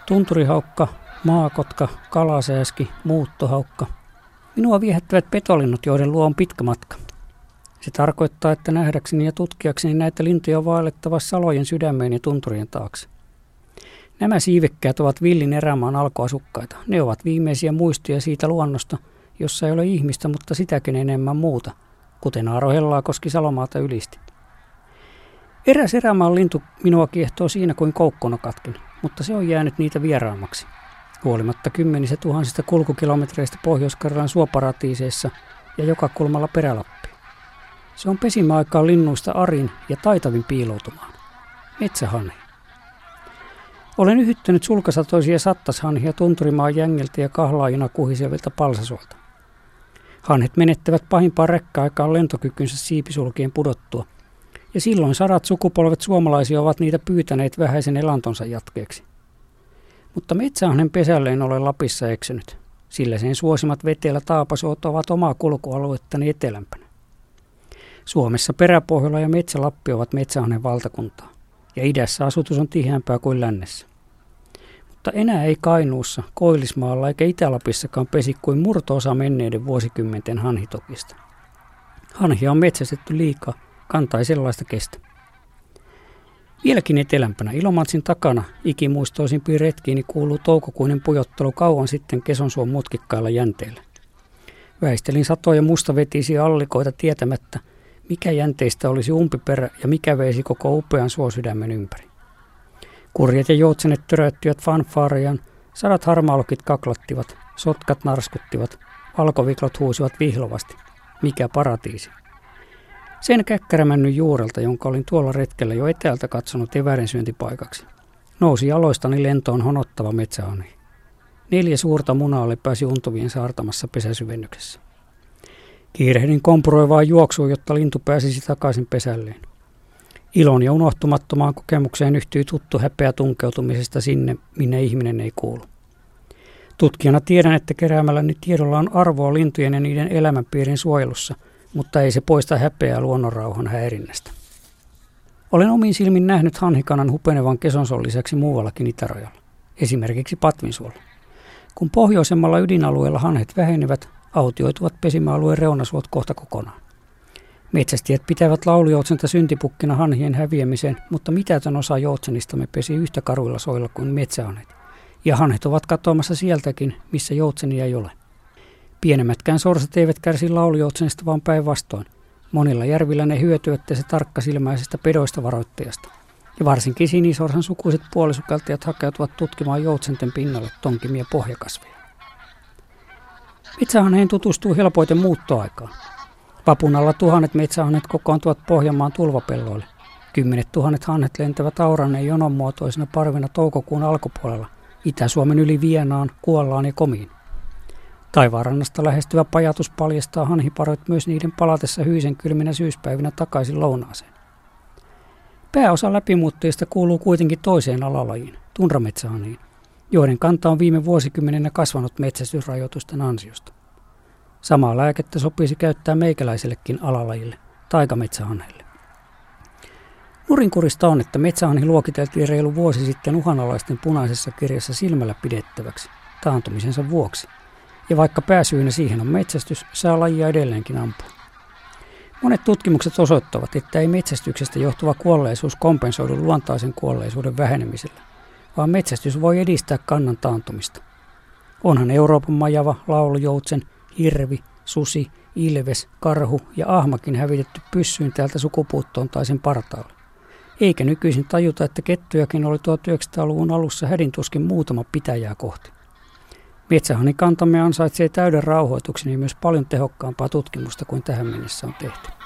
Tunturihaukka, maakotka, kalasääski, muuttohaukka. Minua viehättävät petolinnut, joiden luo on pitkä matka. Se tarkoittaa, että nähdäkseni ja tutkiakseni näitä lintuja on vaellettava salojen sydämeen ja tunturien taakse. Nämä siivekkäät ovat villin erämaan alkuasukkaita. Ne ovat viimeisiä muistoja siitä luonnosta, jossa ei ole ihmistä, mutta sitäkin enemmän muuta, kuten Aaro Hellaakoski Salomaata ylisti. Eräs erämaan lintu minua kiehtoo siinä kuin koukkunokatkin, mutta se on jäänyt niitä vieraammaksi. Huolimatta kymmenistä tuhansista kulkukilometreistä Pohjois-Karjalan suoparatiiseissa ja joka kulmalla Perälappi. Se on pesimäaikaan linnuista arin ja taitavin piiloutumaan. Metsähanhi. Olen yhyttänyt sulkasatoisia sattashanhia tunturimaan jängiltä ja kahlaajina kuhisevilta palsasoilta. Hanhet menettävät pahimpaan rekka-aikaan lentokykynsä siipisulkien pudottua, ja silloin 100 sukupolvet suomalaisia ovat niitä pyytäneet vähäisen elantonsa jatkeeksi. Mutta metsähanhen pesälle en ole Lapissa eksynyt, sillä sen suosimat veteellä taapasuot ovat omaa kulkualuettani etelämpänä. Suomessa Peräpohjola ja Metsä-Lappi ovat metsähanhen valtakuntaa, ja idässä asutus on tiheämpää kuin lännessä. Mutta enää ei Kainuussa, Koillismaalla eikä Itä-Lapissakaan pesi kuin murto-osa menneiden vuosikymmenten hanhitokista. Hanhia on metsästetty liikaa, kanta ei sellaista kestä. Vieläkin etelämpänä Ilomantsin takana ikimuistoisimpiin retkiini kuuluu toukokuinen pujottelu kauan sitten Kesonsuon mutkikkailla jänteillä. Väistelin satoja mustavetisiä allikoita tietämättä, mikä jänteistä olisi umpiperä ja mikä veisi koko upean suosydämen ympäri. Kurjet ja joutsenet töröttivät fanfaarejaan, 100 harmaalokit kaklattivat, sotkat narskuttivat, valkoviklot huusivat vihlovasti. Mikä paratiisi. Sen käkkärämännyn juurelta, jonka olin tuolla retkellä jo etäältä katsonut eväiden syöntipaikaksi, nousi jaloistani lentoon honottava metsähanhi. 4 suurta munaa lepäsi untuvien saartamassa pesäsyvennyksessä. Kiirehdin kompuroivaa juoksua, jotta lintu pääsisi takaisin pesälleen. Ilon ja unohtumattomaan kokemukseen yhtyi tuttu häpeä tunkeutumisesta sinne, minne ihminen ei kuulu. Tutkijana tiedän, että keräämälläni tiedolla on arvoa lintujen ja niiden elämänpiirin suojelussa, mutta ei se poista häpeää luonnonrauhan häirinnästä. Olen omin silmin nähnyt hanhikanan hupenevan Kesonsuon lisäksi muuallakin itärajalla, esimerkiksi Patvinsuolla. Kun pohjoisemmalla ydinalueella hanhet vähenevät, autioituvat pesimäalueen reunasuot kohta kokonaan. Metsästijät pitävät laulujoutsenta syntipukkina hanhien häviämiseen, mutta mitätön osa joutsenistamme pesi yhtä karuilla soilla kuin metsähanhet, ja hanhet ovat katoamassa sieltäkin, missä joutsenia ei ole. Pienemmätkään sorsat eivät kärsi laulujoutsenista, vaan päinvastoin. Monilla järvillä ne hyötyvät se tarkkasilmäisestä pedoista varoittajasta. Ja varsinkin sinisorsan sukuiset puolisukeltajat hakeutuvat tutkimaan joutsenten pinnalle tonkimia pohjakasveja. Metsähanheen tutustuu helpoiten muuttoaikaan. Vapun alla 1000 metsähanhet kokoontuvat Pohjanmaan tulvapelloille. 10 000 hanhet lentävät auranneen jonon muotoisena parvena toukokuun alkupuolella Itä-Suomen yli Vienaan, Kuollaan ja Komiin. Taivaanrannasta lähestyvä pajatus paljastaa hanhiparoit myös niiden palatessa hyisen kylminä syyspäivinä takaisin lounaaseen. Pääosa läpimuuttajista kuuluu kuitenkin toiseen alalajiin, tunrametsähanhiin, joiden kanta on viime vuosikymmenenä kasvanut metsästysrajoitusten ansiosta. Samaa lääkettä sopisi käyttää meikäläisellekin alalajille, taikametsähanhelle. Nurinkurista on, että metsähanhi luokiteltiin reilu vuosi sitten uhanalaisten punaisessa kirjassa silmällä pidettäväksi taantumisensa vuoksi. Ja vaikka pääsyynä siihen on metsästys, saa lajia edelleenkin ampua. Monet tutkimukset osoittavat, että ei metsästyksestä johtuva kuolleisuus kompensoidu luontaisen kuolleisuuden vähenemisellä, vaan metsästys voi edistää kannan taantumista. Onhan Euroopan majava, laulujoutsen, hirvi, susi, ilves, karhu ja ahmakin hävitetty pyssyyn täältä sukupuuttoon tai sen partaalle. Eikä nykyisin tajuta, että kettujakin oli 1900-luvun alussa hädintuskin muutama pitäjää kohti. Metsähanhikantamme ansaitsee täyden rauhoituksen ja myös paljon tehokkaampaa tutkimusta kuin tähän mennessä on tehty.